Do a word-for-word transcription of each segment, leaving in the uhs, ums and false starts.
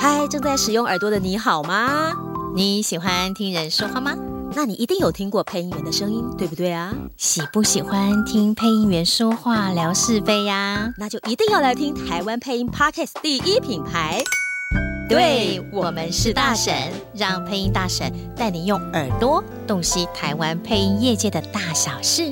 嗨，正在使用耳朵的你好吗？ 你喜欢听人说话吗？ 那你一定有听过配音员的声音，对不对啊？ 喜不喜欢听配音员说话聊是非呀？ 那就一定要来听台湾配音 Podcast 第一品牌。 对，我们是大婶，让配音大婶带你用耳朵洞悉台湾配音业界的大小事。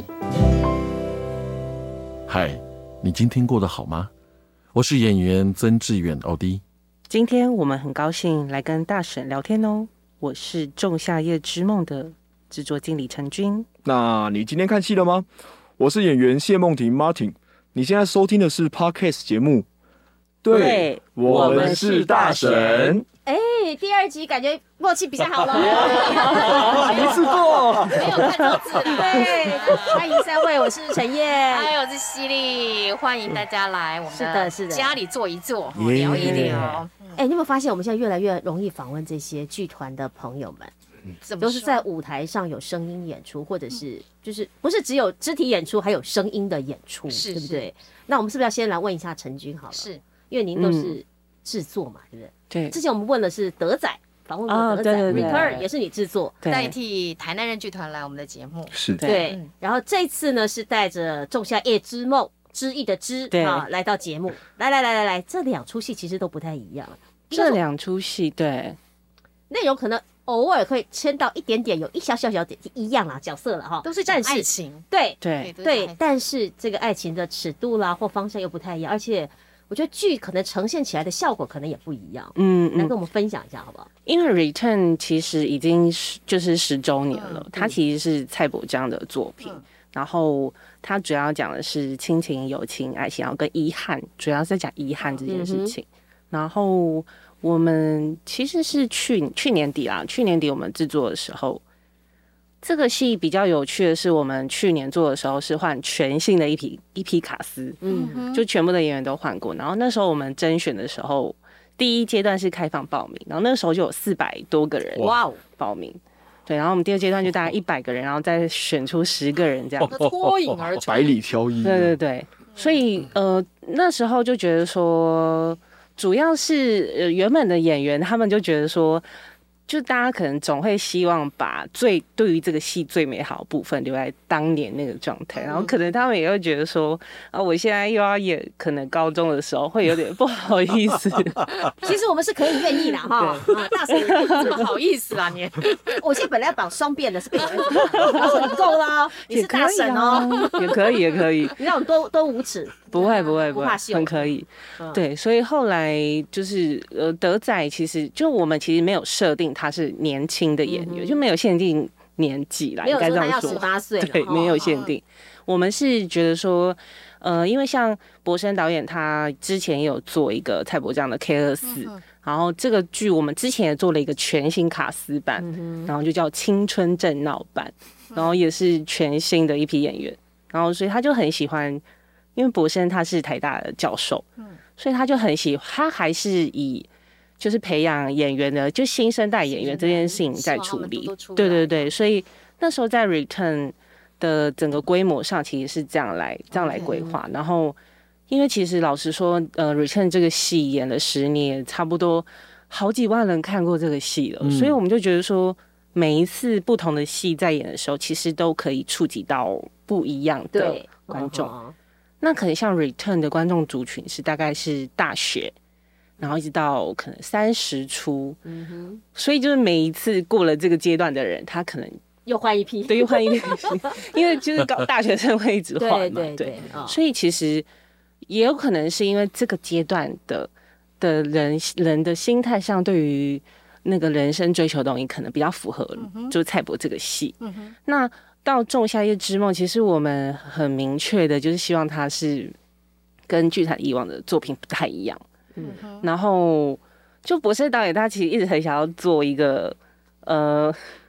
嗨，你今天过得好吗？我是演员曾志远奥迪。 今天我们很高兴来跟大婶聊天哦。我是《仲夏夜之梦》的制作经理陈君。 那你今天看戏了吗？我是演员谢梦婷 Martin。你现在收听的是 Podcast 节目。对， 对我们是大婶。 哎，第二集感觉默契比较好了， 一次过， 没有看错字了。对，欢迎三位，我是陈燕， 还有我是犀利，欢迎大家来我们的家里坐一坐， 嗯、 聊一聊。 哎，你有没有发现我们现在越来越容易访问这些剧团的朋友们？嗯、都是在舞台上有声音演出，或者是就是不是只有肢体演出，还有声音的演出， 是对不对？那我们是不是要先来问一下陈君好了？ 是， 因为您都是制作嘛，对不对？ 对。 之前我们问的是德仔，访问过德仔 ，Return 也是你制作， 代替台南人剧团来我们的节目， 是对。嗯、然后这次呢是带着《仲夏夜之梦》之意的之啊来到节目，来来来来来，这两出戏其实都不太一样。 这两出戏对内容可能偶尔会牵到一点点，有一小小小点一样啦，角色了哈， 都是讲爱情， 对对对，但是这个爱情的尺度啦或方向又不太一样，而且我觉得剧可能呈现起来的效果可能也不一样。嗯，来跟我们分享一下好不好？ 因为 Return 其实已经就是十周年了，嗯、它其实是蔡伯章的作品，嗯、然后它主要讲的是亲情、友情、爱情，然后跟遗憾，主要是在讲遗憾这件事情。嗯、然后我们其实是去去年底啦，去年底我们制作的时候，这个戏比较有趣的是，我们去年做的时候是换全新的一批一批卡司，嗯，就全部的演员都换过。然后那时候我们甄选的时候，第一阶段是开放报名，然后那个时候就有四百多个人哇报名，对，然后我们第二阶段就大概一百个人，然后再选出十个人这样， 脱颖而出， 百里挑一， 对对对，所以呃那时候就觉得说。主要是呃原本的演员，他们就觉得说，就大家可能总会希望把最对于这个戏最美好的部分留在当年那个状态，然后可能他们也会觉得说，啊，我现在又要演，可能高中的时候会有点不好意思。 其实我们是可以愿意啦，哈，大婶怎么好意思啊你？ 我现在本来要绑双辫的，是被有人他说你够了，你是大婶哦， 也可以也可以， 你让我们多多无耻。 不会不会不会， 不怕秀， 很可以。嗯、对，所以后来就是呃，德仔其实就我们其实没有设定他是年轻的演员，嗯、就没有限定年纪啦，应该这样说。 没有说他要十八岁， 对，没有限定。我们是觉得说，呃，因为像博生导演他之前也有做一个蔡伯章的 K 二四，然后这个剧我们之前也做了一个全新卡司版，嗯、然后就叫青春正闹版，然后也是全新的一批演员，然后所以他就很喜欢。因为博生他是台大的教授，嗯、所以他就很喜欢，他还是以就是培养演员的，就新生代演员这件事情在处理。对对对，所以那时候在 Return 的整个规模上，其实是这样来这样来规划。Okay. 然后，因为其实老实说，呃 ，Return 这个戏演了十年，差不多好几万人看过这个戏了，嗯、所以我们就觉得说，每一次不同的戏在演的时候，其实都可以触及到不一样的观众。那可能像 Return 的观众族群是大概是大学，然后一直到可能三十出，嗯哼，所以就是每一次过了这个阶段的人，他可能又换一批， 对，又换一批，因为就是搞大学生会一直换嘛， 对对 对, 对、 哦，所以其实也有可能是因为这个阶段的的人人的心态上，对于那个人生追求的东西可能比较符合，嗯、就是蔡伯这个戏，嗯哼，那。到《仲夏夜之梦》，其实我们很明确的，就是希望它是跟剧团以往的作品不太一样。嗯，然后就博士导演他其实一直很想要做一个呃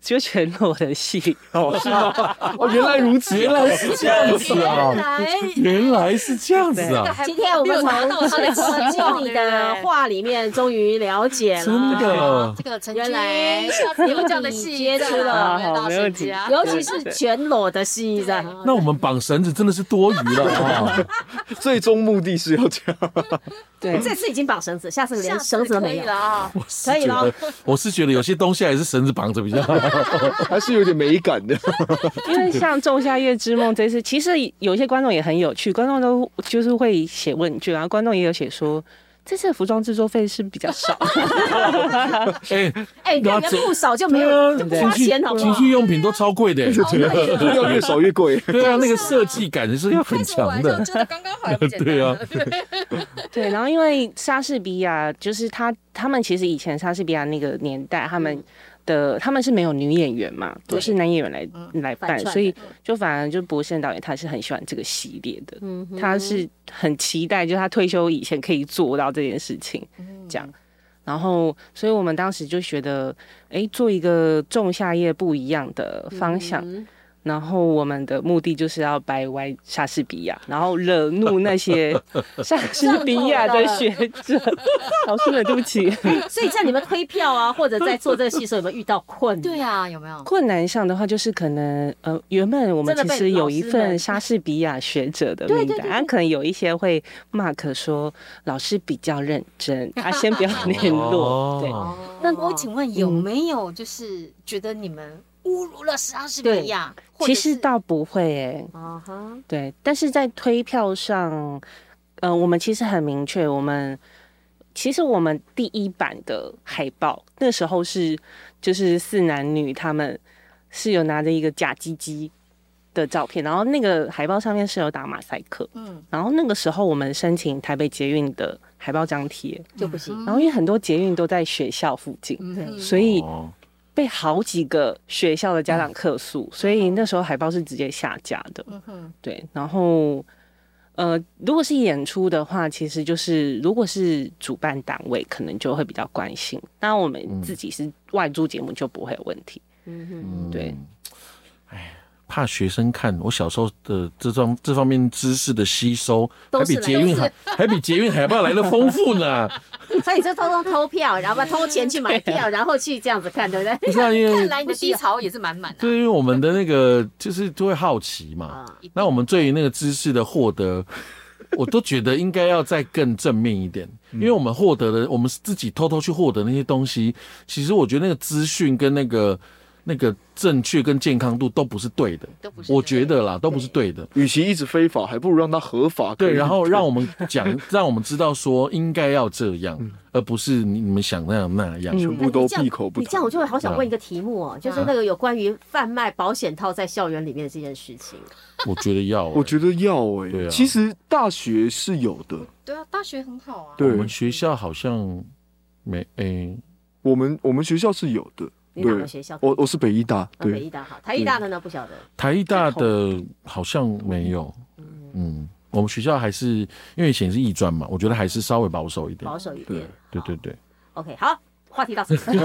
就全裸的戏。 哦，是吗？哦，原来如此， 原来是这样子啊！原来是这样子啊！ 今天我们从陈经理的话里面终于了解了， 真的， 这个陈原来有这样的戏接触了， 好，没问题。 尤其是全裸的戏，这样。 那我们绑绳子真的是多余了啊！ 最终目的是要这样。 对， 这次已经绑绳子，下次连绳子都没有了啊！ 可以了。 我是觉得有些东西还是绳子绑着比较好， 还是有点美感的。 因为像《仲夏夜之梦》这次，其实有些观众也很有趣，观众都就是会写问卷，然后观众也有写说。这次的服装制作费是比较少， 哎哎，人不少就没有不花钱，好不好？ 情趣用品都超贵的， 要越少越贵。 对啊，那个设计感是要很强的， 真的刚刚好， 对啊， 对。然后因为莎士比亚就是他，他们其实以前莎士比亚那个年代，他们。的他们是没有女演员嘛，都是男演员来、嗯、来扮，所以就反而就博胜导演他是很喜欢这个系列的，嗯、他是很期待，就他退休以前可以做到这件事情，这样。然后，所以我们当时就觉得，哎，做一个仲夏夜不一样的方向。嗯然后我们的目的就是要掰歪莎士比亚，然后惹怒那些莎士比亚的学者。老师们，对不起。 所以在你们推票啊，或者在做这个戏的时候，有没有遇到困难？ 对啊，有没有困难上的话，就是可能呃，原本我们其实有一份莎士比亚学者的名单，啊、可能有一些会 mark 说老师比较认真，啊，先不要联络。对。 那我请问有没有就是觉得你们？侮辱了莎士比亚， 其实倒不会诶、欸 uh-huh. 对，但是在推票上，呃，我们其实很明确，我们其实我们第一版的海报那时候是就是四男女他们是有拿着一个假鸡鸡的照片，然后那个海报上面是有打马赛克，嗯，然后那个时候我们申请台北捷运的海报张贴就不行， 然后因为很多捷运都在学校附近，嗯、所以。被好几个学校的家长客诉，所以那时候海报是直接下架的。嗯、对，然后呃，如果是演出的话，其实就是如果是主办单位，可能就会比较关心。那我们自己是外租节目，就不会有问题。嗯哼，对。 哎。怕学生看我小时候的这种这方面知识的吸收，还比捷运海还比捷运海报来的丰富呢。 所以你就偷偷偷票，然后把偷钱去买票，然后去这样子看，对不对？ 不是啊，因为看来你的低潮也是满满的。 对，因为我们的那个就是就会好奇嘛。啊、那我们对于那个知识的获得，我都觉得应该要再更正面一点，因为我们获得的，我们自己偷偷去获得那些东西，其实我觉得那个资讯跟那个。那个正确跟健康度都不是对的，都不是我觉得啦，都不是对的。 与其一直非法，还不如让它合法。 对，然后让我们讲，让我们知道说应该要这样，嗯、而不是你们想那样那样， 全部都闭口不谈。 你这样，我就会好想问一个题目哦、喔，就是那个有关于贩卖保险套在校园里面的这件事情。 我觉得要、欸， 我觉得要哎、欸， 对啊， 其实大学是有的。 对啊，大学很好啊。 对，我们学校好像没诶、欸， 我们我们学校是有的。 你哪个学校？ 我我是北医大，对， 北医大好，台医大的呢不晓得。 台医大的好像没有，嗯，嗯我们学校还是因为以前是艺专嘛，我觉得还是稍微保守一点， 保守一点， 对对对。 OK， 好，话题到此。很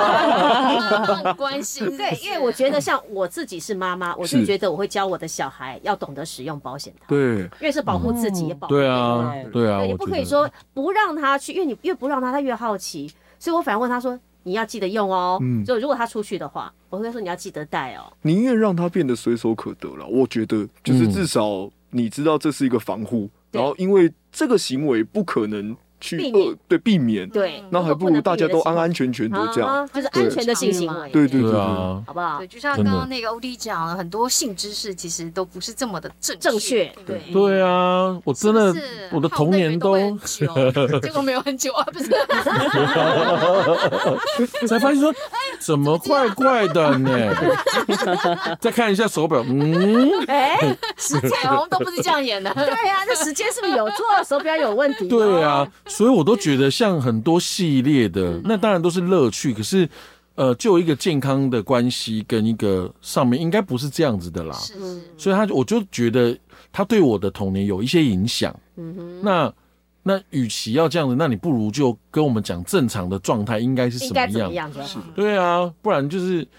关心， 对，因为我觉得像我自己是妈妈，我就觉得我会教我的小孩要懂得使用保险套， 对， 因为是保护自己，也保护对啊，对啊， 你不可以说不让他去，因为你越不让他，他越好奇，所以我反而问他说。你要记得用哦，嗯，就如果他出去的话，我会说你要记得带哦。 宁愿让他变得随手可得了，我觉得就是至少你知道这是一个防护，嗯、然后因为这个行为不可能去恶对避免， 对， 那还不如大家都安安全全的这样， 啊、就是安全的性行为， 对对对对， 啊、 好不好？ 对，就像刚刚那个欧弟讲了，很多性知识其实都不是这么的正正确， 对对啊，我真的我的童年都结果没有很久啊，不是， 才发现说怎么怪怪的呢？再看一下手表，嗯， 哎， 是彩虹都不是这样演的， 对啊，这时间是不是有错？手表有问题？ 对啊。所以我都觉得像很多系列的，那当然都是乐趣，可是呃，就一个健康的关系跟一个上面应该不是这样子的啦。是，所以他我就觉得他对我的童年有一些影响。嗯哼，那那与其要这样子，那你不如就跟我们讲正常的状态应该是什么样？ 应该怎么样？是， 对啊，不然就是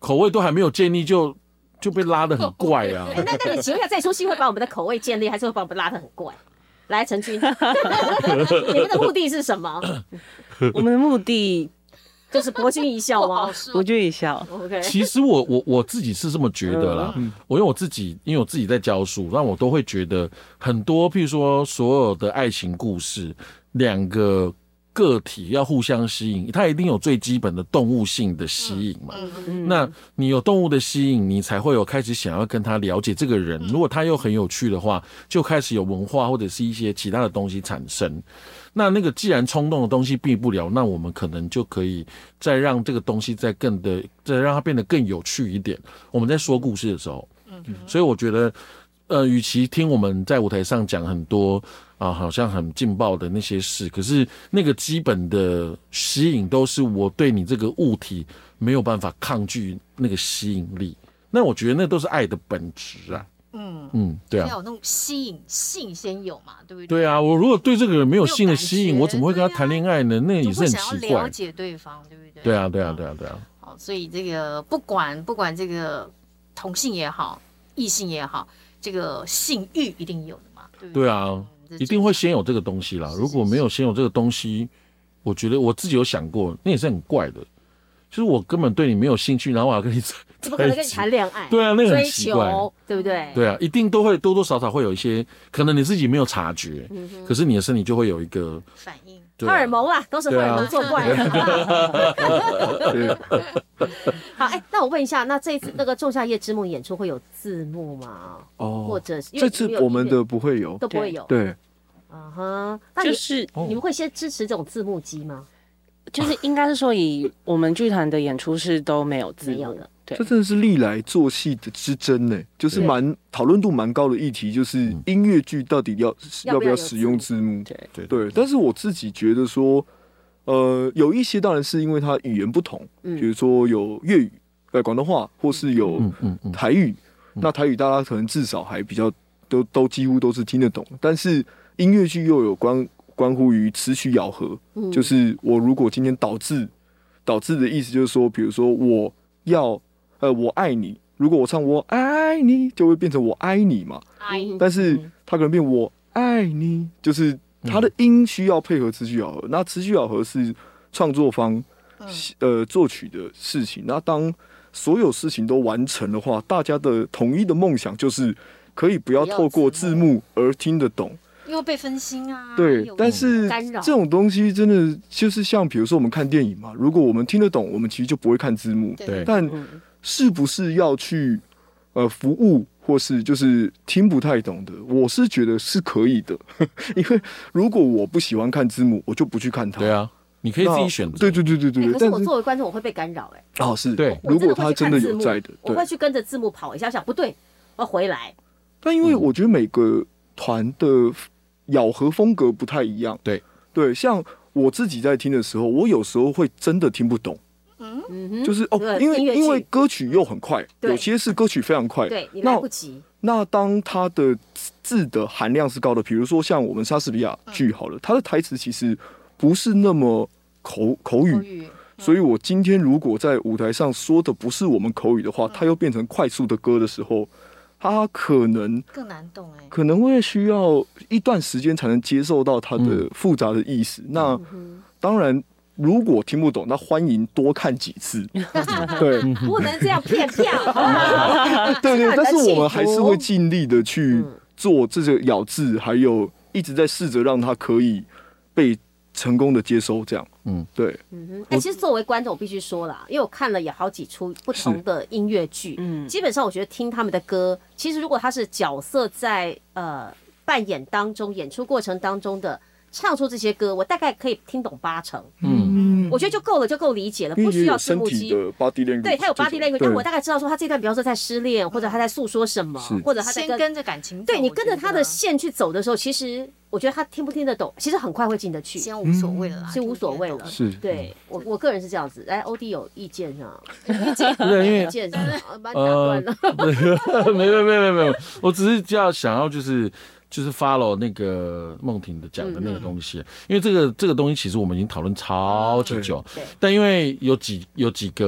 口味都还没有建立就就被拉得很怪啊。 哎，那那你请问一下，这出戏会把我们的口味建立，还是会把我们拉得很怪？来，陈君，你们的目的是什么？ 我们的目的就是博君一笑吗？ 博君一笑。 OK， 其实我我我自己是这么觉得啦， 嗯、 我因为我自己因为我自己在教书，让我都会觉得很多，譬如说所有的爱情故事，两个个体要互相吸引，它一定有最基本的动物性的吸引嘛。嗯嗯、那你有动物的吸引，你才会有开始想要跟他了解这个人。如果他又很有趣的话，就开始有文化或者是一些其他的东西产生。那那个既然冲动的东西避不了，那我们可能就可以再让这个东西再更的，再让它变得更有趣一点。我们在说故事的时候，嗯，所以我觉得，呃，与其听我们在舞台上讲很多啊，好像很劲爆的那些事，可是那个基本的吸引都是我对你这个物体没有办法抗拒那个吸引力。那我觉得那都是爱的本质啊。嗯嗯，对啊， 要有那种吸引性先有嘛，对不对？ 对啊，我如果对这个人没有性的吸引，我怎么会跟他谈恋爱呢？那也是很奇怪。 想要了解对方，对不对？ 对啊，对啊，对啊，对啊。 好，所以这个不管不管这个同性也好，异性也好，这个性欲一定有的嘛，对不对？ 对啊，一定会先有这个东西啦。如果没有先有这个东西，我觉得我自己有想过，那也是很怪的。就是我根本对你没有兴趣，然后我要跟你在怎么可能跟你谈恋爱？ 对啊，那个很奇怪， 追求，对不对？ 对啊，一定都会多多少少会有一些，可能你自己没有察觉，嗯、可是你的身体就会有一个反应， 荷尔蒙啦，都是荷尔蒙作怪。好，哎，那我问一下，那这一次那个《仲夏夜之梦》演出会有字幕吗？ 哦， 或者是这次我们的不会有， 都不会有。 对， 啊哈，那就是你们会先支持这种字幕机吗？ 就是应该是说，以我们剧团的演出是都没有字幕的。对， 这真的是历来做戏的之争呢，就是蛮讨论度蛮高的议题，就是音乐剧到底要、嗯、要不要使用字幕？ 对对对。但是我自己觉得说，呃，有一些当然是因为它语言不同，嗯、比如说有粤语、呃广东话，或是有台语，嗯嗯嗯、那台语大家可能至少还比较都都几乎都是听得懂，但是音乐剧又有关。关乎于词曲咬合，嗯、就是我如果今天导字，导字的意思就是说，比如说我要呃我爱你，如果我唱我爱你，就会变成我爱你嘛。嗯、但是它可能变我爱你，就是它的音需要配合词曲咬合。嗯、那词曲咬合是创作方呃作曲的事情。那当所有事情都完成的话，大家的统一的梦想就是可以不要透过字幕而听得懂。 因为被分心啊， 对，但是这种东西真的就是像比如说我们看电影嘛，如果我们听得懂，我们其实就不会看字幕。 对， 但是不是要去呃服务，或是就是听不太懂的，我是觉得是可以的，因为如果我不喜欢看字幕，我就不去看它。 对啊，你可以自己选择。 对对对对对。 欸、可是我作为观众，我会被干扰哎、 欸。哦，是对。 如果他真的有在的， 我会去跟着字幕跑一下，想不对，我要回来。 但因为我觉得每个团的咬合风格不太一样， 对对，像我自己在听的时候，我有时候会真的听不懂，嗯，就是哦，因为因为歌曲又很快，有些是歌曲非常快， 对你来不及。 那当它的字的含量是高的，比如说像我们莎士比亚剧好了，它的台词其实不是那么口口语，口语所以我今天如果在舞台上说的不是我们口语的话，它又变成快速的歌的时候。他可能更难懂哎， 可能会需要一段时间才能接受到它的复杂的意思。嗯、那当然，如果听不懂，那欢迎多看几次。对， 不能这样骗票。 对对，但是我们还是会尽力的去做这个咬字，还有一直在试着让它可以被成功的接收。这样，嗯，对。 嗯哼，哎、欸，其实作为观众，我必须说啦，因为我看了也好几出不同的音乐剧，嗯，基本上我觉得听他们的歌，其实如果他是角色在呃扮演当中、演出过程当中的唱出这些歌，我大概可以听懂八成，嗯，我觉得就够了，就够理解了，不需要字幕机。对，他有 body language， 但我大概知道说他这段，比方说在失恋，或者他在诉说什么，或者他在先跟着感情走。 对，你跟着他的线去走的时候，其实。我觉得他听不听得懂，其实很快会进得去， 先无所谓了啦， 先无所谓了。 是， 对我我个人是这样子。哎，欧弟有意见啊？ 对，因为意见把你打断了。 没有没有没有没有，我只是要想要就是就是 follow 那个梦婷的讲的那个东西，因为这个这个东西其实我们已经讨论超级久，但因为有几有几个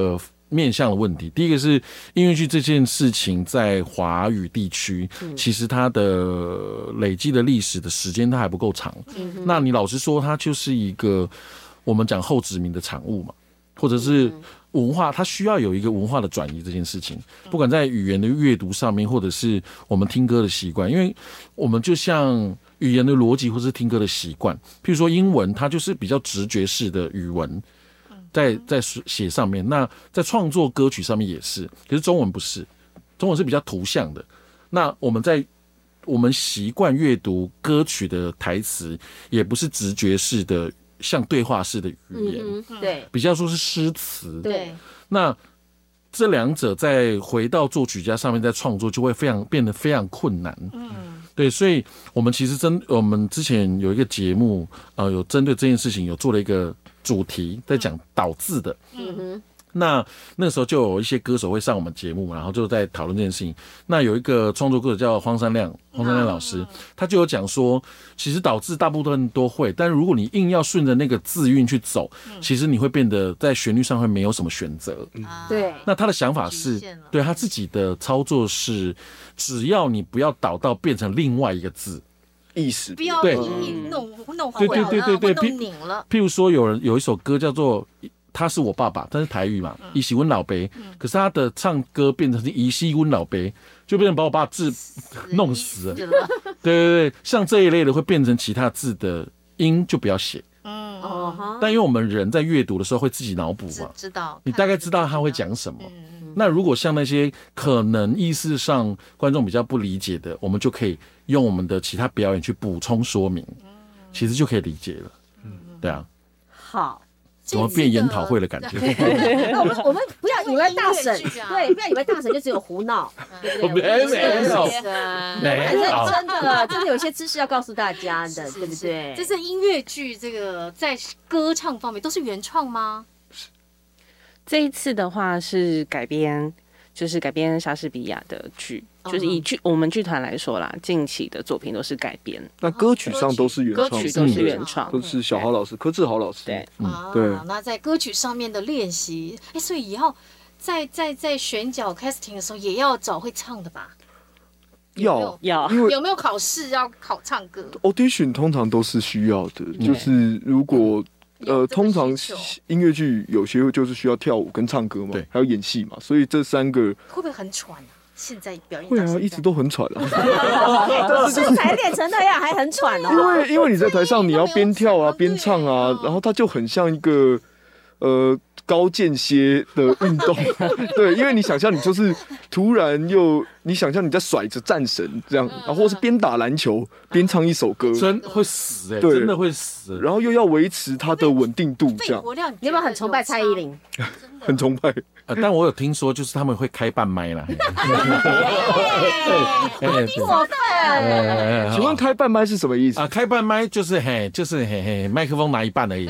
面向的问题。第一个是音乐剧这件事情在华语地区，嗯、其实它的累积的历史的时间它还不够长。嗯、那你老实说，它就是一个我们讲后殖民的产物嘛，或者是文化，它需要有一个文化的转移这件事情，不管在语言的阅读上面，或者是我们听歌的习惯，因为我们就像语言的逻辑，或是听歌的习惯，譬如说英文，它就是比较直觉式的语文。在在写上面，那在创作歌曲上面也是，可是中文不是，中文是比较图像的。那我们在我们习惯阅读歌曲的台词，也不是直觉式的，像对话式的语言， 嗯、对， 比较说是诗词。 对， 那这两者在回到作曲家上面，在创作就会非常变得非常困难。嗯，对，所以我们其实真，我们之前有一个节目，呃，有针对这件事情有做了一个主题，在讲倒字的。嗯哼，那那个时候就有一些歌手会上我们节目，然后就在讨论这件事情。那有一个创作歌手叫荒山亮，荒山亮老师，他就有讲说，其实倒字大部分都会，但如果你硬要顺着那个字韵去走，其实你会变得在旋律上会没有什么选择。 嗯、对。 那他的想法是，对他自己的操作是，只要你不要倒到变成另外一个字。 意思不要弄弄混了， 对对对对对，弄拧了。 譬如说，有人有一首歌叫做《他是我爸爸》，但是台语嘛，伊是阮老爸，可是他的唱歌变成伊是阮老爸，就变成把我爸字弄死了。对对对，像这一类的会变成其他字的音就不要写。嗯哦，但因为我们人在阅读的时候会自己脑补嘛， 知道你大概知道他会讲什么。那如果像那些可能意识上观众比较不理解的，我们就可以用我们的其他表演去补充说明，其实就可以理解了。嗯，对啊。 好， 怎么变研讨会的感觉？ 我们我们不要以为大婶，对，不要以为大婶就只有胡闹，对不对？ 没没有， 没有，真的真的有些知识要告诉大家的，对不对？ 这是音乐剧，这个在歌唱方面都是原创吗？ 这一次的话是改编，就是改编莎士比亚的剧，嗯、就是以剧我们剧团来说啦，近期的作品都是改编。 那歌曲上都是原创， 歌曲都是原创， 都是小豪老师、柯志豪老师。 对， 嗯， 对。那在歌曲上面的练习，哎，所以以后在在在选角 casting 的时候，也要找会唱的吧？ 要要， 因为有没有考试要考唱歌 ？audition 通常都是需要的，就是如果。呃，通常音乐剧有些就是需要跳舞跟唱歌嘛，还有演戏嘛，所以这三个会不会很喘啊？现在表演会啊，一直都很喘啊， 身材练成那样还很喘哦。 因为因为你在台上你要边跳啊边唱啊，然后它就很像一个呃高间歇的运动，对，因为你想象你就是突然又你想象你在甩着战神这样，然后或是边打篮球边唱一首歌， 真会死哎，真的会死， 然后又要维持它的稳定度，这样。 你有没有很崇拜蔡依林？ 很崇拜。 呃，但我有听说，就是他们会开半麦啦。 你我对， 请问开半麦是什么意思啊？开半麦就是嘿，就是嘿嘿，麦克风拿一半而已。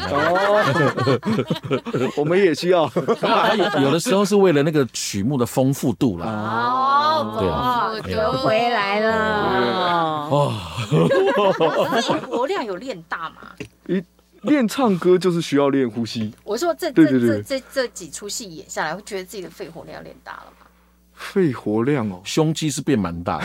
哦， 我们也需要。 有的时候是为了那个曲目的丰富度啦。 哦，对啊，又回来了。 哦，肺活量有练大吗？ 练唱歌就是需要练呼吸。 我说这这这这这几出戏演下来，会觉得自己的肺活量练大了吗？ 肺活量哦， 胸肌是变蛮大的。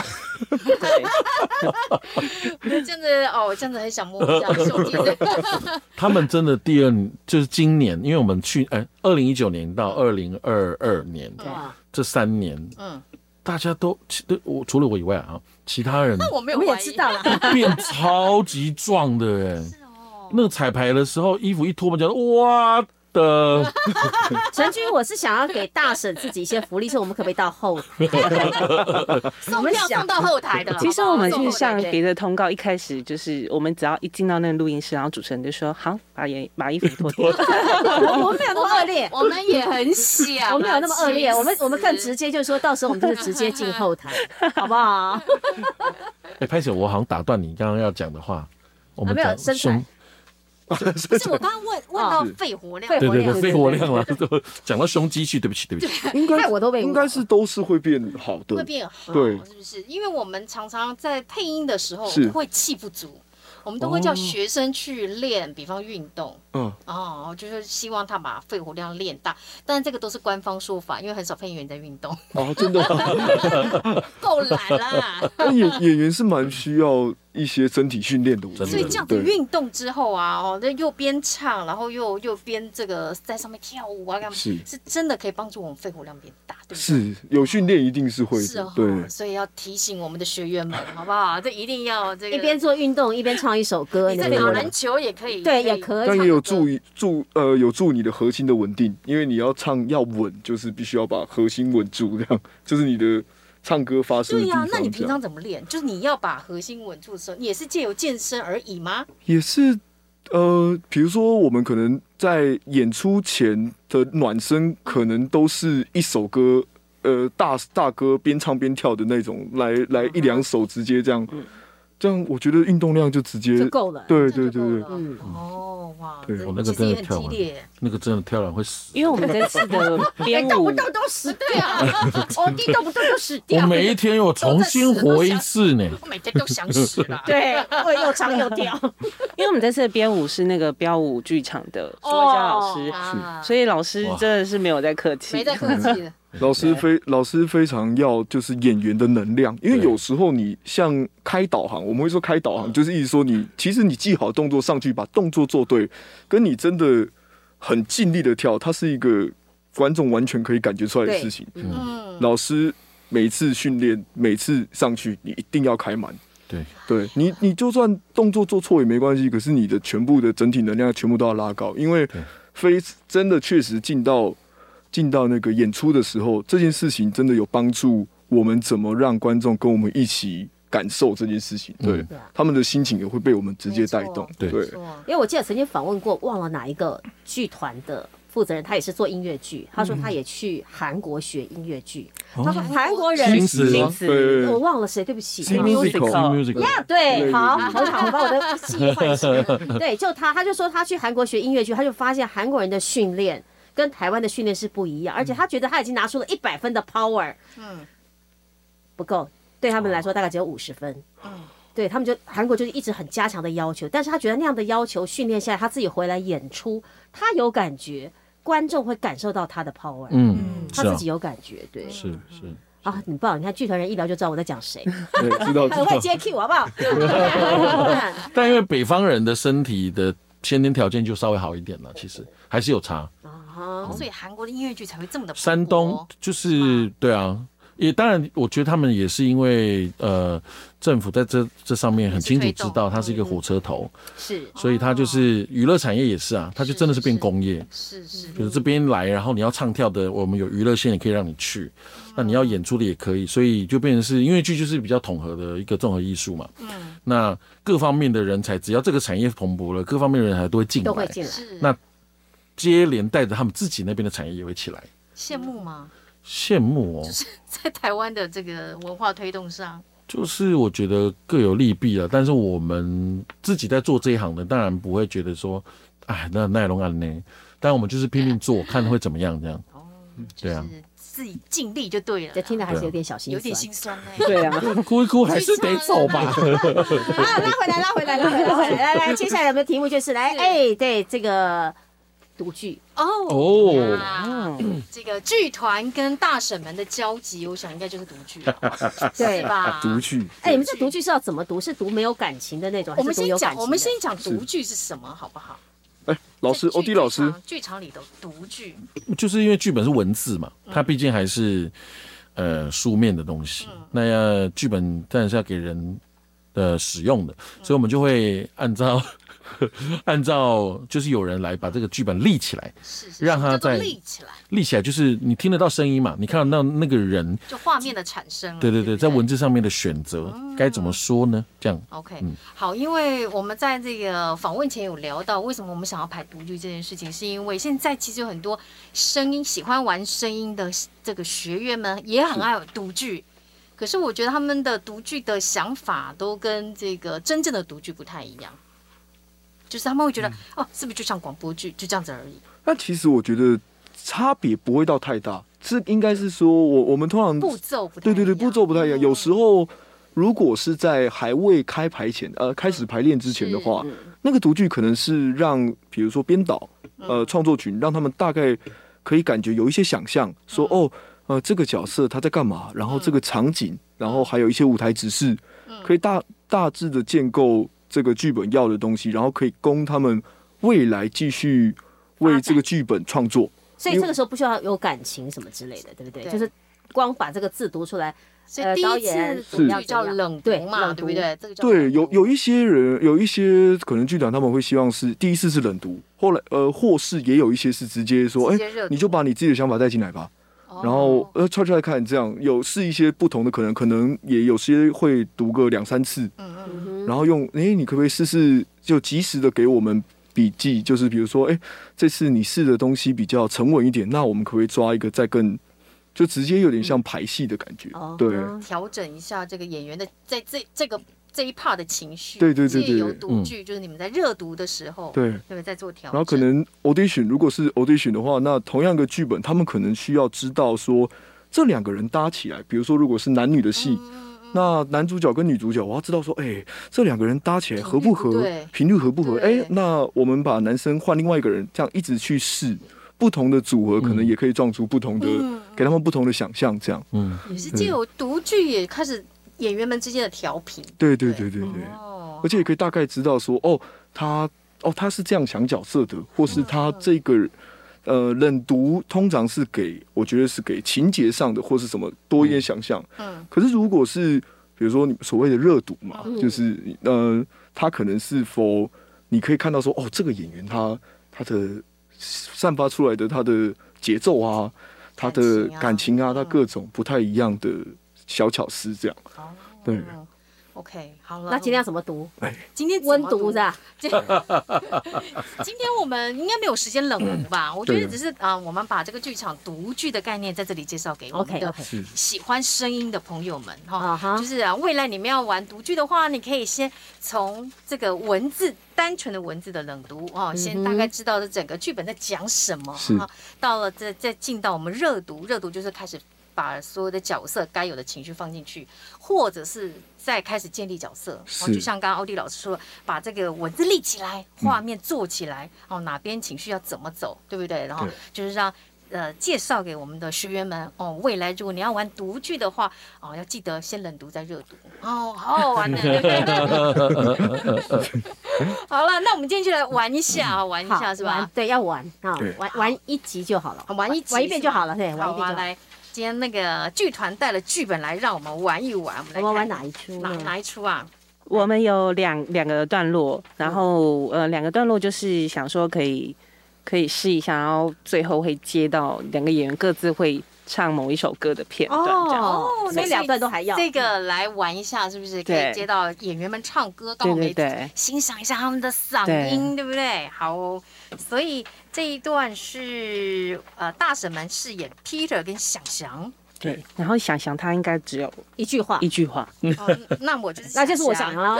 对，这样子哦，这样子很想摸一下胸肌。 他们真的第二就是今年，因为我们去哎，二零一九年到二零二二年、嗯、这三年，嗯，大家都我除了我以外啊，其他人那我没有， 我们也知道了， 变超级壮的哎。那个彩排的时候，衣服一脱，我讲哇的。 陈君，我是想要给大婶自己一些福利，是我们可不可以到后台？ 送票送到后台的。 其实我们去上别的通告，一开始就是我们只要一进到那个录音室，然后主持人就说：“好，把衣把衣服脱掉。” 我们没有那么恶劣， 我们也很想， 我们没有那么恶劣，我们我们更直接，就是说到时候我们就是直接进后台，好不好？ 哎，拍姐，我好像打断你刚刚要讲的话，我们讲身材。 不是我刚刚问问到肺活量， 对对对，肺活量了，讲到胸肌去，对不起对不起， 应该我都应该是都是会变好的， 会变好， 对， 是不是？因为我们常常在配音的时候会气不足， 我们都会叫学生去练，比方运动， 嗯， 哦，就是希望他把肺活量练大，但这个都是官方说法，因为很少配音员在运动。 哦，真的吗？ 够懒啦。 演演员是蛮需要一些身体训练的， 所所以这样子运动之后啊，哦，那又边唱，然后又又边这个在上面跳舞啊，干嘛？ 是是真的可以帮助我们肺活量变大，对不对？ 是有训练一定是会的， 是哦， 对， 所以要提醒我们的学员们，好不好？这一定要这个一边做运动一边唱一首歌， 你在打篮球也可以， 对，也可以， 但也有助助呃有助你的核心的稳定，因为你要唱要稳，就是必须要把核心稳住，这样就是你的唱歌发声的地方。 对呀、啊，那你平常怎么练？就是你要把核心稳住的时候，你也是借由健身而已吗？ 也是，呃，比如说我们可能在演出前的暖身，可能都是一首歌，呃，大大歌边唱边跳的那种，来来一两首直接这样。嗯，这样我觉得运动量就直接就够了。 对对对对， 嗯，哦哇， 对， 我那个真的跳完，那个真的跳完会死。 因为我们这次的编舞， 动不动都死掉，哦，你动不动就死掉。 我每一天我重新活一次呢， 我每天都想死了。 对，会又唱又跳。 因为我们这次的编舞是那个标舞剧场的苏慧佳老师， 哦、 所以老师真的是没有在客气， 没在客气的。 老师非老师非常要就是演员的能量，因为有时候你像开导航，我们会说开导航，就是意思说你其实你记好动作上去，把动作做对，跟你真的很尽力的跳，它是一个观众完全可以感觉出来的事情。嗯，老师每次训练，每次上去，你一定要开满。 对， 对你你就算动作做错也没关系，可是你的全部的整体能量全部都要拉高，因为非真的确实进到。进到那个演出的时候，这件事情真的有帮助我们怎么让观众跟我们一起感受这件事情，对，嗯、他们的心情也会被我们直接带动，对。 因为我记得曾经访问过，忘了哪一个剧团的负责人，他也是做音乐剧，他说他也去韩国学音乐剧，嗯、他说韩国人新词， 我忘了谁，对不起 ，musical， 呀，对，好，好好把我的记忆唤醒了，对，就他，他就说他去韩国学音乐剧，他就发现韩国人的训练。跟台湾的训练是不一样，而且他觉得他已经拿出了一百分的 power， 嗯，不够，对他们来说大概只有五十分，嗯，对他们就韩国就是一直很加强的要求，但是他觉得那样的要求训练下来，他自己回来演出，他有感觉，观众会感受到他的 power， 嗯，他自己有感觉，对， 是是。 啊，很棒！你看剧团人一聊就知道我在讲谁， 对，知道， 很会接 Q， 好不好？ 但因为北方人的身体的先天条件就稍微好一点了，其实还是有差。 哦，所以韩国的音乐剧才会这么的。 山东就是对啊，也当然，我觉得他们也是因为呃，政府在这这上面很清楚知道它是一个火车头， 是， 所以它就是娱乐产业也是啊，它就真的是变工业， 是是， 就是这边来，然后你要唱跳的，我们有娱乐线也可以让你去，那你要演出的也可以，所以就变成是音乐剧就是比较统合的一个综合艺术嘛。嗯，那各方面的人才，只要这个产业蓬勃了，各方面的人才都会进来， 都会进来。 那接连带着他们自己那边的产业也会起来。 羡慕吗？ 羡慕哦， 就是在台湾的这个文化推动上， 就是我觉得各有利弊了。但是我们自己在做这一行的，当然不会觉得说，哎，那奈龙安呢？但我们就是拼命做，看会怎么样这样。哦， 对啊，自己尽力就对了。 这听着还是有点小心酸， 有点心酸呢。 对啊， 哭一哭还是得走吧。 啊，拉回来，拉回来，拉回来，拉回来。来来，接下来我们的题目就是来，哎，对这个。独剧哦哦、啊，这个剧团跟大婶们的交集，我想应该就是独剧了，对吧？ 独剧， 哎，你们这独剧是要怎么读？是读没有感情的那种，还是读有感情的？ 我们先讲，我们先讲独剧是什么，好不好？ 哎，老师，欧弟老师， 剧场里的独剧， 就是因为剧本是文字嘛，它毕竟还是呃书面的东西，嗯、那要剧本当然是要给人的使用的，所以我们就会按照。按照就是有人来把这个剧本立起来， 是是让它在立起来， 立起来就是你听得到声音嘛，你看到那个人， 就画面的产生， 对对对，在文字上面的选择该、嗯、怎么说呢？这样 ，OK，、嗯、好，因为我们在这个访问前有聊到，为什么我们想要排独剧这件事情，是因为现在其实有很多声音喜欢玩声音的这个学员们也很爱独剧。可是我觉得他们的独剧的想法都跟这个真正的独剧不太一样。就是他们会觉得、嗯、哦，是不是就像广播剧就这样子而已？ 那其实我觉得差别不会到太大，是应该是说我我们通常步骤不太对对对步骤不太一样，嗯、有时候如果是在还未开排前，呃，开始排练之前的话，那个读剧可能是让，比如说编导，呃，创作群，让他们大概可以感觉有一些想象，说哦，呃，这个角色他在干嘛，然后这个场景，然后还有一些舞台指示，可以大大致的建构这个剧本要的东西，然后可以供他们未来继续为这个剧本创作。 所以这个时候不需要有感情什么之类的，对不对？就是光把这个字读出来。 所以第一次读剧叫冷读嘛，对不对？这个叫对，有有一些人，有一些可能剧团他们会希望是第一次是冷读，后来呃，或是也有一些是直接说，哎、欸，你就把你自己的想法带进来吧，哦、然后呃揣出来看，这样有是一些不同的可能，可能也有些会读个两三次，嗯嗯，然后用哎、欸，你可不可以试试就及时的给我们笔记，就是比如说，哎、欸，这次你试的东西比较沉稳一点，那我们可不可以抓一个再更。就直接有点像排戏的感觉，嗯、对， 调整一下这个演员的在这这个这一 part 的情绪， 对对对对， 有读剧、嗯、就是你们在热读的时候， 对， 对，在做调整。 然后可能 audition 如果是 audition 的话，那同样一个剧本，他们可能需要知道说这两个人搭起来，比如说如果是男女的戏，嗯、那男主角跟女主角，我要知道说，哎、欸，这两个人搭起来合不合，频率合不合？哎、欸，那我们把男生换另外一个人，这样一直去试。不同的组合可能也可以撞出不同的，嗯、给他们不同的想象，这样。嗯， 也是借由读剧也开始演员们之间的调频。 对对对对对。哦、而且也可以大概知道说，哦，他哦他是这样想角色的，或是他这个、嗯、呃冷读通常是给我觉得是给情节上的，或是什么多一点想象。嗯。可是如果是比如说你所谓的热读嘛，嗯、就是呃他可能是否你可以看到说，哦这个演员他他的。散发出来的他的节奏啊，他的感情啊，他各种不太一样的小巧思，这样。哦，对。 OK， 好了。 那今天要怎么读？ 今天温读是吧？ 今天我们应该没有时间冷读吧？我觉得只是啊、呃，我们把这个剧场读剧的概念在这里介绍给我们的喜欢声音的朋友们哈。Okay, okay. 就是啊，未来你们要玩读剧的话，你可以先从这个文字。单纯的文字的冷读哦，先大概知道这整个剧本在讲什么哈。到了再再进到我们热读，热读就是开始把所有的角色该有的情绪放进去，或者是再开始建立角色。哦，就像刚刚欧弟老师说，把这个文字立起来，画面做起来，哦，哪边情绪要怎么走，对不对？然后就是让。呃，介绍给我们的学员们哦。未来如果你要玩读剧的话，哦，要记得先冷读再热读哦，好好玩的。好了，那我们今天就来玩一下啊，玩一下是吧？ 对，要玩啊，玩玩一集就好了， 玩一集玩一遍就好了，对，玩一遍就好。 来，今天那个剧团带了剧本来，让我们玩一玩。我们来我们玩哪一出？ 哪哪一出啊？ 我们有两两个段落，然后呃，两个段落就是想说可以。可以试一下，然后最后会接到两个演员各自会唱某一首歌的片段，这样哦，所以两段都还要这个来玩一下，是不是？可以接到演员们唱歌，让我们欣赏一下他们的嗓音， 对, 对不对？好、哦，所以这一段是呃大婶们饰演 Peter 跟想翔。 对，然后想想他应该只有一句话， 一句话。 哦、那我就是那就是我想了。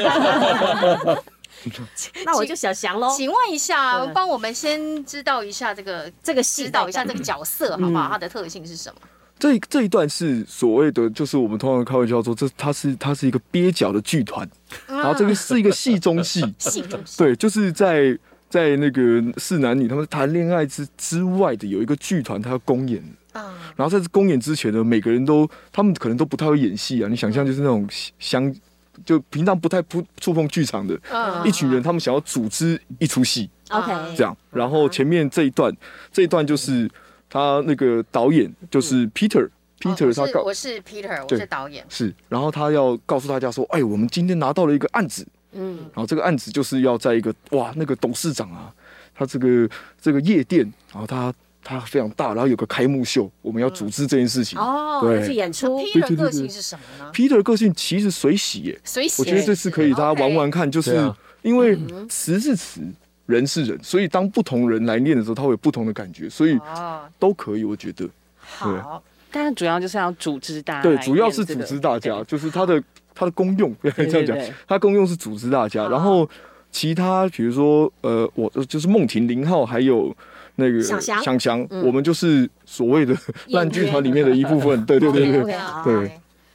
那我就想想喽。 请问一下，帮我们先知道一下这个这个知道一下这个角色好不好？它的特性是什么？ 这这一段是所谓的，就是我们通常开玩笑说，这它是它是一个蹩脚的剧团，然后这个是一个戏中戏， 戏中戏， 对，就是在在那个四男女他们谈恋爱之之外的有一个剧团，他要公演。然后在公演之前呢，每个人都他们可能都不太会演戏啊，你想象就是那种相。就平常不太触碰剧场的、嗯、一群人，他们想要组织一出戏 ，OK， 这样。然后前面这一段，这一段就是他那个导演就是 Peter，Peter、嗯、他告、 哦、我是 Peter， 我是导演是。然后他要告诉大家说，哎，我们今天拿到了一个案子，嗯，然后这个案子就是要在一个哇那个董事长啊，他这个这个夜店，然后他。它非常大，然后有个开幕秀，我们要组织这件事情。 哦，对，去演出。 Peter 的个性是什么呢 ？Peter 的个性其实随喜耶， 随喜。 我觉得这次可以大家玩玩看，就是因为词是词，人是人，所以当不同人来练的时候，他会有不同的感觉，所以都可以，我觉得。 好， 但是主要就是要组织大家。 对，主要是组织大家，就是它的它的功用，这样讲，它功用是组织大家，然后其他比如说呃，我就是梦婷、林浩还有。那个想翔、嗯，我们就是所谓的烂剧团里面的一部分，对对对对对。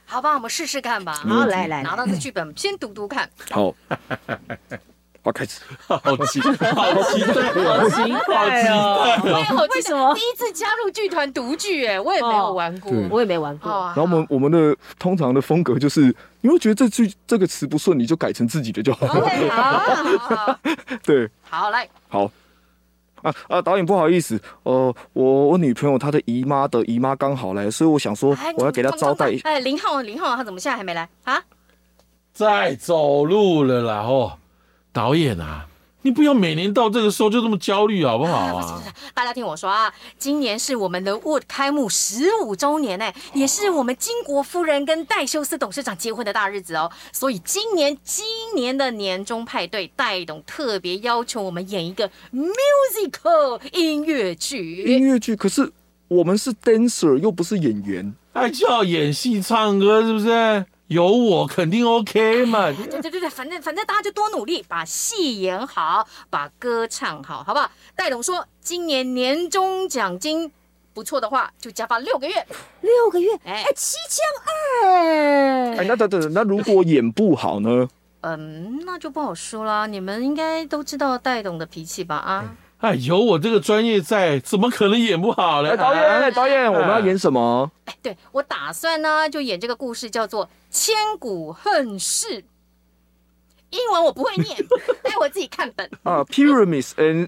好吧，我们试试看吧。 好，来来， 拿到这剧本先读读看。 好。好，开始。 好期待，好期待， 好期待哦！ 为什么第一次加入剧团读剧？哎，我也没有玩过， 我也没玩过。 然后我们我们的通常的风格就是，你会觉得这句这个词不顺，你就改成自己的就好了。 OK， 好， 对， 好来， 好。啊啊！导演不好意思，呃，我我女朋友她的姨妈的姨妈刚好来，所以我想说我要给她招待。 哎，林浩，林浩，他怎么现在还没来啊？ 在走路了啦！哦，导演啊，你不要每年到这个时候就这么焦虑好不好啊？ 大家听我说啊，今年是我们的 Wood 开幕十五周年呢，也是我们金国夫人跟戴修斯董事长结婚的大日子哦。所以今年今年的年终派对，戴董特别要求我们演一个 musical 音乐剧。 音乐剧，可是我们是 dancer 又不是演员， 还叫演戏唱歌是不是？有我肯定 OK 嘛。 对对对对，反正反正大家就多努力，把戏演好，把歌唱好，好不好？戴董说，今年年终奖金不错的话，就加发六个月。 六个月，哎，七千二。 哎，那等等，那如果演不好呢？ 嗯，那就不好说啦。你们应该都知道戴董的脾气吧？啊。 哎，有我这个专业在，怎么可能演不好呢？ 哎，导演，哎，导演，我们要演什么？ 哎，对，我打算呢就演这个故事，叫做《千古恨事》。英文我不会念，待我自己看本。 啊 ，Pyramus and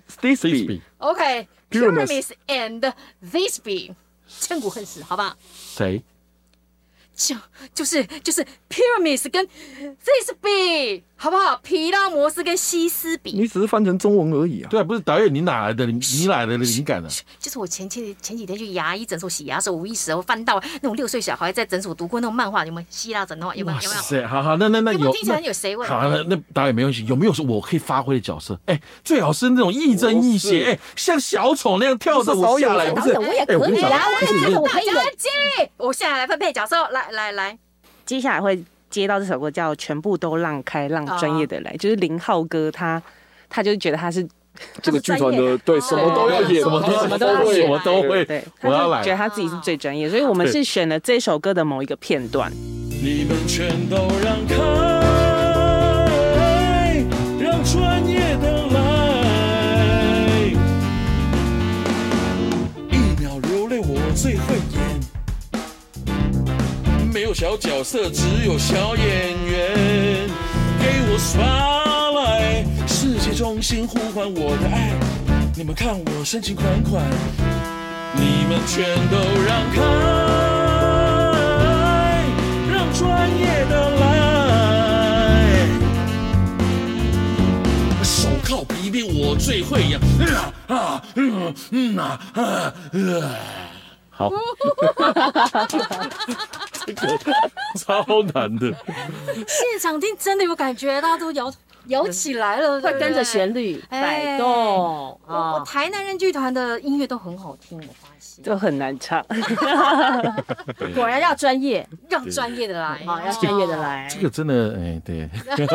Thisbe。OK，Pyramus and Thisbe， 千古恨事，好不好？ 谁？ 就就是就是 Pyramus 跟 Thisbe， 好不好？皮拉摩斯跟西斯比。 你只是翻成中文而已啊。 对啊，不是导演，你哪来的你哪来的灵感呢、啊？ 就是我前前前几天去牙医诊所洗牙的时候，无意识翻到那种六岁小孩在诊所读过那种漫画，有没有希腊神话？有没有？有没有？ 是，好好，那那那有， 听起来有谁问？ 好，那那导演没关系，有没有我可以发挥的角色？哎，最好是那种亦正亦邪，哎，像小丑那样跳着我下来，不是？ 我也可以啊，我也觉得我可以演。 我现在来分配角色，来来来。 接下来会接到这首歌叫《全部都让开，让专业的来》，就是林浩哥他他就觉得他是这个剧团的，对，什么都要演， 什么都什么都会，什么都会， 对， 我要来， 觉得他自己是最专业，所以我们是选了这首歌的某一个片段。 你们全都让开，让专业的来，一秒流泪我最会演。没有小角色，只有小演员。给我耍赖，世界中心呼唤我的爱。你们看我深情款款，你们全都让开，让专业的来。手铐皮鞭我最会演。啊啊嗯嗯啊啊呃。好，这个超难的。 现场听真的有感觉，大家都摇摇起来了， 会跟着旋律摆动。 我我台南人剧团的音乐都很好听，我发现就很难唱。 果然要专业， 让专业的来， 好，要专业的来。 这个真的，哎，对。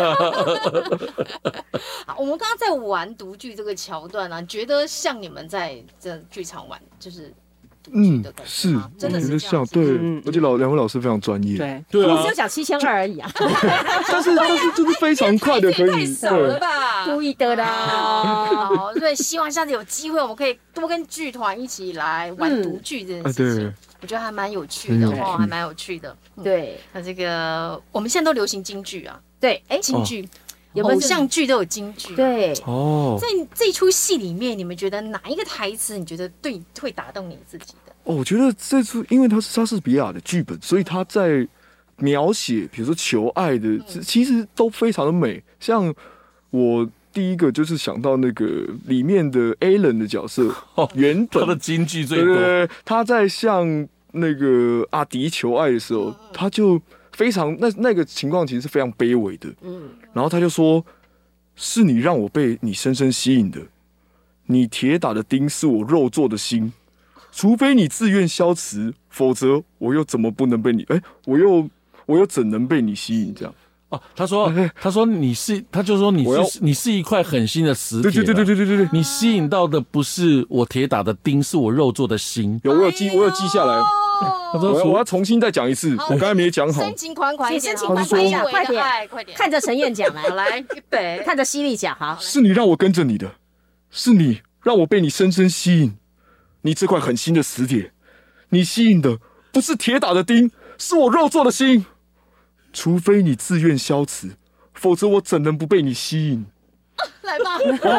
好，我们刚刚在玩读剧这个桥段啊，觉得像你们在这剧场玩，就是。 嗯，是， 真的是这样， 对，而且老两位老师非常专业， 对， 对啊， 我只有讲七千二而已啊， 但是但是就是非常快的可以， 太少了吧， 故意的啦。 好，所以希望下次有机会，我们可以多跟剧团一起来玩读剧这件事情，我觉得还蛮有趣的哦，还蛮有趣的。 对， 那这个我们现在都流行京剧啊， 对， 哎，京剧。偶像剧都有京剧， 对哦， 在这出戏里面，你们觉得哪一个台词你觉得对会打动你自己的？ 哦，我觉得这出因为它是莎士比亚的剧本，所以他在描写，比如说求爱的，嗯、其实都非常的美。像我第一个就是想到那个里面的 Alan 的角色，哦，原本他的京剧最多， 对对对，他在向那个阿迪求爱的时候，嗯、他就。非常那那个情况其实是非常卑微的，嗯，然后他就说：“是你让我被你深深吸引的，你铁打的钉是我肉做的心，除非你自愿消磁，否则我又怎么不能被你？哎，我又我又怎能被你吸引？这样哦，他说他说你是，他就说你是你是一块很新的磁铁， 对对对对对对对， 你吸引到的不是我铁打的钉，是我肉做的心。 有我有记我有记下来。” 他说我要我要重新再讲一次，我刚才没讲好。 深情款款一点， 深情款款一下，快点， 快点， 看着陈燕讲来， 来预备， 看着犀利讲，好， 是你让我跟着你的，是你让我被你深深吸引。你这块狠心的磁铁，你吸引的不是铁打的钉，是我肉做的心。除非你自愿消磁，否则我怎能不被你吸引？ 来吧！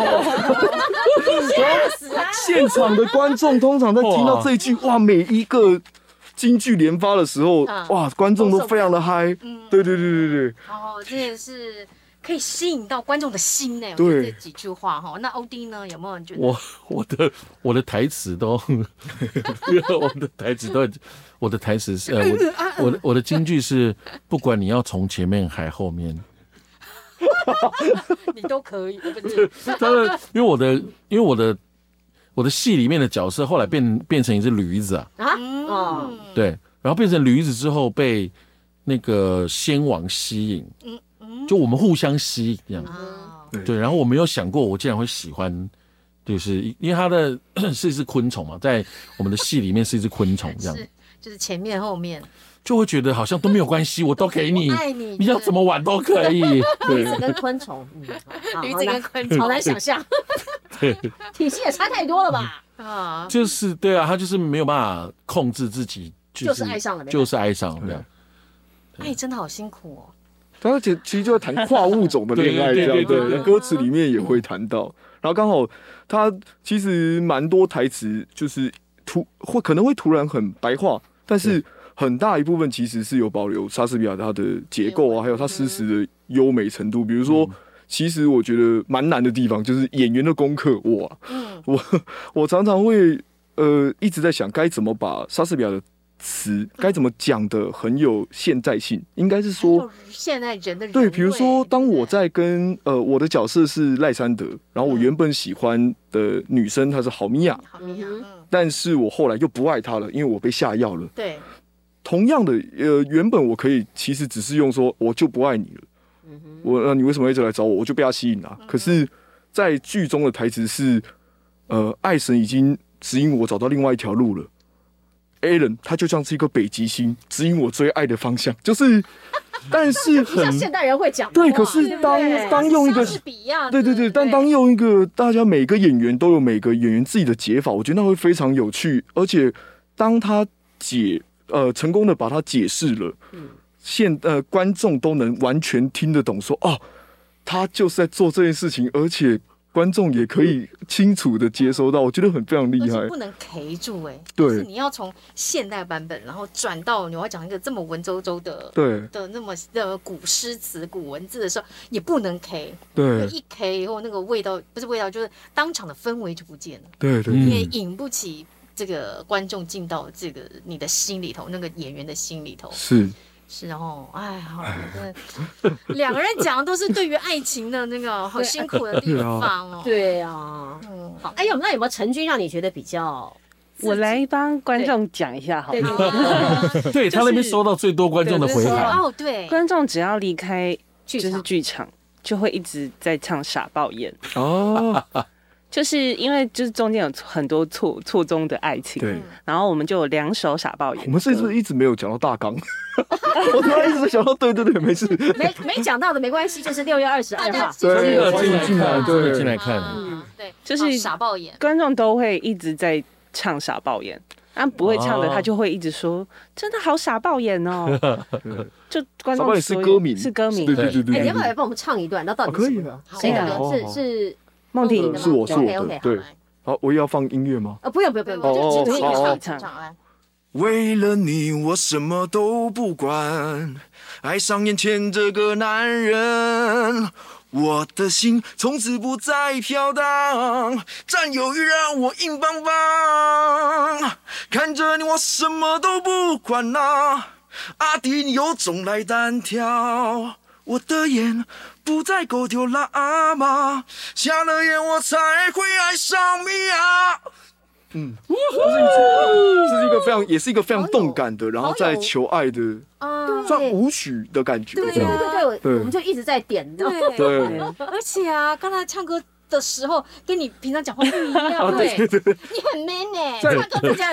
现场的观众通常在听到这一句哇，每一个金句连发的时候，哇，观众都非常的嗨。嗯，对对对对对。 哦，这也是可以吸引到观众的心呢。 对， 这几句话哈。那欧弟呢？有没有人觉得？ 我我的我的台词都，我的台词都，我的台词是，呃，我我的我的金句是，不管你要从前面还后面。 你都可以，对不对？ 当然，因为我的，因为我的，我的戏里面的角色后来变变成一只驴子啊，啊，哦，对，然后变成驴子之后被那个仙王吸引，嗯嗯，就我们互相吸引这样，嗯、对，然后我没有想过我竟然会喜欢，就是因为它的是一只昆虫嘛，在我们的戏里面是一只昆虫这样， 是就是前面后面。 就会觉得好像都没有关系，我都给你， 爱你， 你要怎么玩都可以。 驴子跟昆虫， 驴子跟昆虫， 好难想象，体系也差太多了吧？ 啊，就是对啊，他就是没有办法控制自己， 就是爱上了， 就是爱上了这样。 爱真的好辛苦哦。 他其其实就在谈跨物种的恋爱，这样对，歌词里面也会谈到。然后刚好他其实蛮多台词，就是突会可能会突然很白话，但是。很大一部分其实是有保留莎士比亚他的结构啊，还有他诗词的优美程度。比如说，其实我觉得蛮难的地方就是演员的功课。哇，我我常常会呃一直在想，该怎么把莎士比亚的词该怎么讲的很有现代性，应该是说现代人的人对。比如说，当我在跟呃我的角色是赖山德，然后我原本喜欢的女生她是郝米娅， 好米娅， 但是我后来又不爱她了，因为我被下药了。 对。 同样的，呃，原本我可以其实只是用说我就不爱你了，嗯、我呃你为什么一直来找我？我就被他吸引了、啊。嗯、可是，在剧中的台词是，呃，爱神已经指引我找到另外一条路了。Alan 他就像是一个北极星，指引我追爱的方向。就是，但是很像现代人会讲对，可是当当用一个对对对，但当用一个大家每个演员都有每个演员自己的解法，我觉得那会非常有趣，而且当他解。呃，成功的把它解释了，嗯、现呃观众都能完全听得懂说，说哦，他就是在做这件事情，而且观众也可以清楚的接收到，我觉得很非常厉害。 不能 K 住哎、欸， 对， 就是你要从现代版本，然后转到你要讲一个这么文绉绉的， 对的那么的古诗词、古文字的时候，也不能 K， 对， 一 K 以后那个味道不是味道，就是当场的氛围就不见了， 对对， 你也引不起。这个观众进到这个你的心里头，那个演员的心里头是是哦，哎，好，真的，两个人讲的都是对于爱情的那个好辛苦的地方哦。 对啊，嗯，好，哎呦，那有没有成军让你觉得比较？ 我来帮观众讲一下好了。对他那边收到最多观众的回函哦，对， 观众只要离开就是剧场，就会一直在唱傻爆眼哦。就是因为就是中间有很多错错综的爱情， 对， 然后我们就有两首傻爆眼。 我们是不是一直没有讲到大纲？我突然一直想到，对对对，没事， 没没讲到的没关系，就是六月二十二号， 对， 进进来，对，进来看， 嗯，对， 就是傻爆眼， 观众都会一直在唱傻爆眼，啊，不会唱的他就会一直说，真的好傻爆眼哦。就观众是歌名， 是歌名， 对对对对。 哎，你要不要来帮我们唱一段？那到底可以的， 谁的歌？是是。 梦婷是我是我的，对。好，我也要放音乐吗？ 啊，不用不用不用， 哦就好唱唱来。 为了你，我什么都不管，爱上眼前这个男人，我的心从此不再飘荡，占有欲让我硬邦邦，看着你我什么都不管啊，阿弟你有种来单挑，我的眼不再狗丢喇嘛，瞎了眼我才会爱上你啊。 嗯，这是一个非常，也是一个非常动感的，然后在求爱的，算舞曲的感觉。 对对对对，我们就一直在点。 对对，而且啊，刚才唱歌的时候跟你平常讲话不一样，对，你很 man 呢，唱歌比较很 man 呢，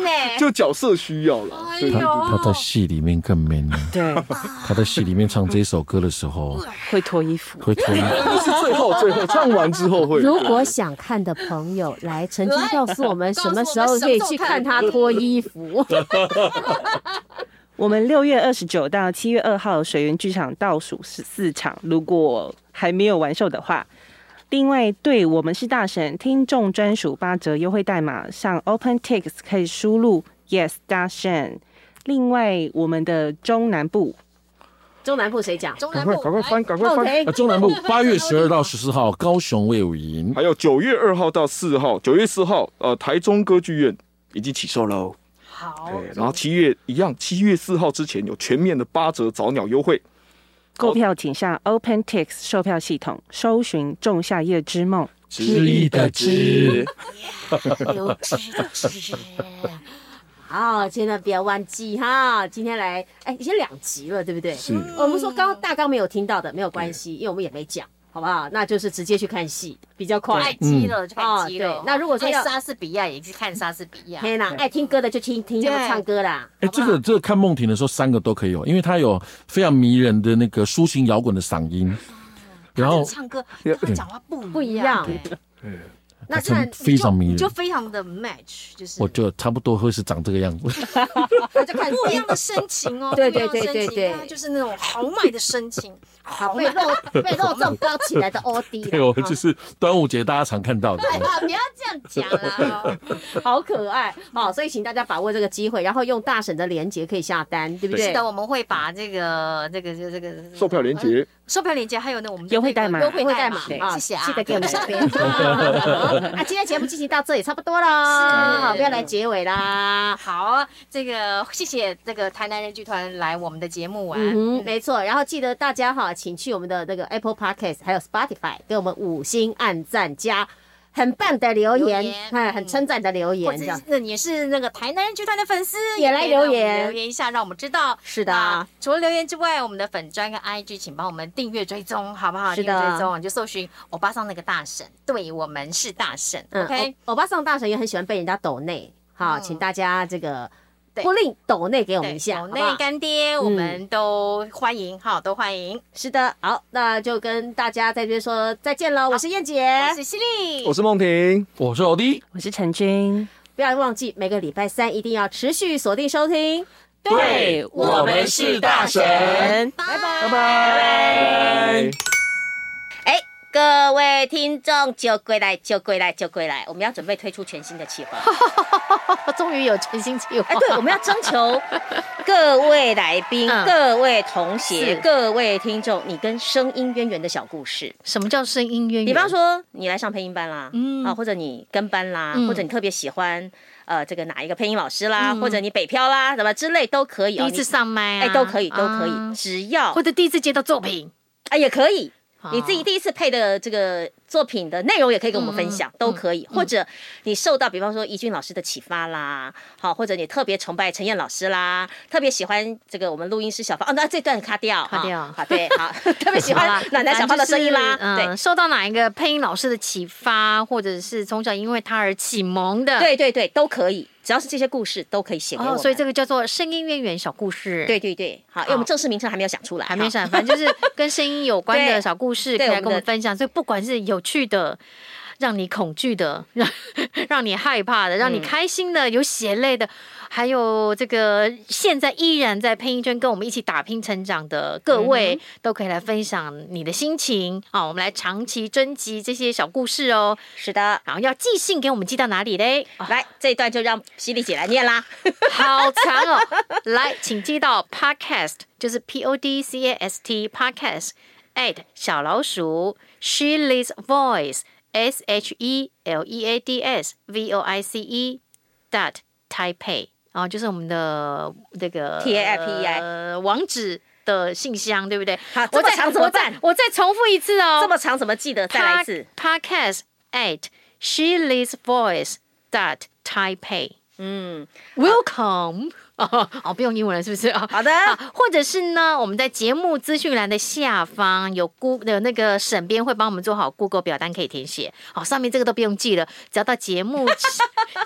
就角色需要了。 哎呦， 他他在戏里面更 man 呢。 对， 他在戏里面唱这首歌的时候会脱衣服， 会脱衣服。 那是最后最后唱完之后会。 如果想看的朋友，来曾经告诉我们什么时候可以去看他脱衣服。 我们六月二十九到七月二号水源剧场倒数十四场，如果还没有完售的话，另外对我们是大神听众专属八折优惠代码，上 OpenTix 可以输入 Yes 大神。另外我们的中南部， 中南部谁讲？ 中南部， 赶快翻，赶快翻！ 啊，中南部八月十二到十四号高雄卫武营， 还有九月二号到四号，九月四号呃台中歌剧院已经起售喽。 好， 然后七月一样，七月四号之前有全面的八折早鸟优惠。 购票请上 OpenTix 售票系统，搜寻《仲夏夜之梦》。 知意的知， 有知的知。 好，千万不要忘记哈！今天来，哎，已经两集了，对不对？ 是。 我们说刚刚大纲没有听到的，没有关系，因为我们也没讲。好不好？那就是直接去看戏比较快。 太急了，就太急了。 那如果说要莎士比亚，也去看莎士比亚。 天哪，爱听歌的就听听他们唱歌啦。 哎，这个这个看梦婷的时候，三个都可以有，因为他有非常迷人的那个抒情摇滚的嗓音，然后唱歌跟他讲话不不一样。 那非常迷人， 就非常的 match， 就是我就差不多会是长这个样子， 就看不一样的深情哦， 对对对对对， 就是那种豪迈的深情， 好被肉被肉粽包起来的 O D， 对，我就是端午节大家常看到的， 不要这样讲啦， 好可爱好，所以请大家把握这个机会，然后用大婶的连结可以下单，对不对？ 是的，我们会把这个这个这个售票连结、 售票连结还有呢我们优惠代码、 优惠代码， 谢谢谢啊， 记得给我们小编。那今天节目进行到这也差不多了，好，不要来结尾啦。 好，这个谢谢这个台南人剧团来我们的节目玩， 嗯，没错。然后记得大家哈，请去我们的那个 Apple Podcast 还有 Spotify 给我们五星按赞加很棒的留言，哎，很称赞的留言，这样。 那也是那个台南人剧团的粉丝也来留言， 留言一下，让我们知道。 是的， 除了留言之外，我们的粉专跟 I G 请帮我们订阅追踪，好不好？ 是的， 订阅追踪你就搜寻欧巴桑那个大婶，对我们是大婶。OK， 欧巴桑大婶也很喜欢被人家抖内，好，请大家这个。不吝抖内给我们一下， 抖内干爹我们都欢迎，好，都欢迎。 是的，好，那就跟大家在这边说再见了。我是燕姐， 我是犀利， 我是梦婷， 我是欧弟， 我是陈君。 不要忘记每个礼拜三一定要持续锁定收听。 对，我们是大神， 拜拜拜拜。 各位听众，就归来，就归来，就归来！我们要准备推出全新的企划， 终于有全新企划。 哎，对，我们要征求各位来宾、嗯、各位同学、各位听众，你跟声音渊源的小故事。 什么叫声音渊源？ 比方说，你来上配音班啦，嗯啊，或者你跟班啦，嗯、或者你特别喜欢呃这个哪一个配音老师啦，嗯、或者你北漂啦，什么之类都可以。 第一次上麦啊， 哎，都可以，都可以，啊、只要或者第一次接到作品， 啊，也可以。你自己第一次配的这个作品的内容也可以跟我们分享，嗯、都可以。嗯、或者你受到比方说怡君老师的启发啦，好，或者你特别崇拜陈燕老师啦，特别喜欢这个我们录音师小芳，哦，那这段卡掉， 卡掉， 好，对，好，特别喜欢奶奶小芳的声音啦， 就是、对，受到哪一个配音老师的启发，或者是从小因为他而启蒙的， 对对对，都可以。只要是这些故事都可以写给我们、哦， 所以这个叫做声音渊源小故事。 对对对，好，因为我们正式名称还没有想出来， 还没有想，反正就是跟声音有关的小故事，可以来跟我们分享。所以不管是有趣的、让你恐惧的、让让你害怕的、让你开心的、嗯、有血泪的，还有这个现在依然在配音圈跟我们一起打拼成长的各位，嗯、都可以来分享你的心情啊！我们来长期征集这些小故事哦。 是的， 然后要寄信给我们，寄到哪里嘞？ 哦、来，这一段就让犀利姐来念啦。 好长哦，来，请寄到 podcast， 就是 P O D C A S T podcast at 小老鼠 She Leads Voice S H E L E A D S V O I C E dot Taipei。然后就是我们的这个 T A I P E I 呃网址的信箱，对不对？ 好，这么长怎么办？ 我再重复一次哦， 这么长怎么记得？再来一次 ，podcast at she leads voice dot Taipei。嗯 ，welcome。哦哦，不用英文了，是不是？哦， 好的。 或者是呢，我们在节目资讯栏的下方有 Google 的那个审编会帮我们做好 Google 表单可以填写。好，上面这个都不用记了，只要到节目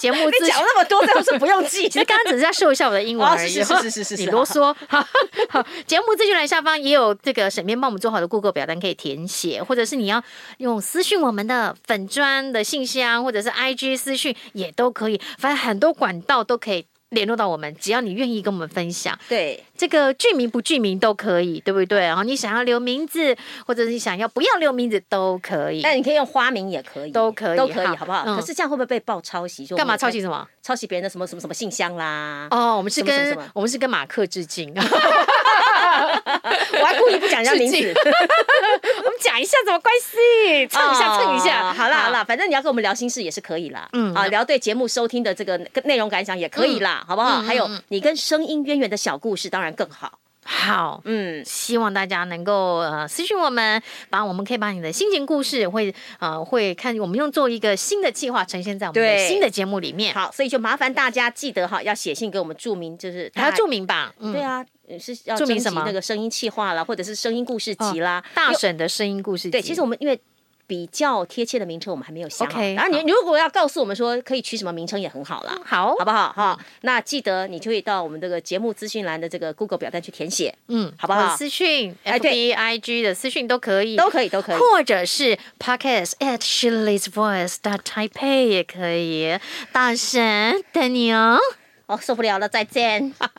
节目资讯。 你讲那么多，最后是不用记。 其实刚刚只是要秀一下我的英文而已。 是是是是是是， 你啰嗦。节目资讯栏下方也有这个沈编帮我们做好的 Google 表单可以填写，或者是你要用私讯我们的粉专的信箱，或者是 I G 私讯也都可以，反正很多管道都可以联络到我们，只要你愿意跟我们分享。 对， 这个剧名不剧名都可以，对不对？然后你想要留名字，或者是你想要不要留名字都可以。 但你可以用花名也可以， 都可以， 都可以，好不好？嗯、可是这样会不会被爆抄袭？ 干嘛抄袭什么？ 抄袭别人的什么什么什么信箱啦？ 哦，我们是跟我们是跟马克致敬。 我还故意不讲人家名字， 我们讲一下什么关系？蹭一下，蹭一下。 好啦好啦，反正你要跟我们聊心事也是可以啦。嗯啊，聊对节目收听的这个内容感想也可以啦，嗯、好不好？嗯、还有你跟声音渊源的小故事，当然更好。 好，嗯，希望大家能够呃私讯我们，把我们可以把你的心情故事会呃会看我们用做一个新的计划呈现在我们的新的节目里面。 好，所以就麻烦大家记得哈，要写信给我们注明，就是还要注明吧？ 嗯、对啊。是要注明什么？那个声音企划啦，或者是声音故事集啦，哦、 大婶的声音故事集。 对，其实我们因为比较贴切的名称我们还没有想好。 Okay, 然后你如果要告诉我们说可以取什么名称也很好啦， 好， 好不好？哈，那记得你就会到我们这个节目资讯栏的这个 Google 表单去填写，嗯，好不好？ 私讯 F B、I G 的私讯都可以， 都可以，都可以， 或者是 Podcast at Shirley's Voice dot Taipei 也可以。大婶等你哦。 哦，受不了了，再见。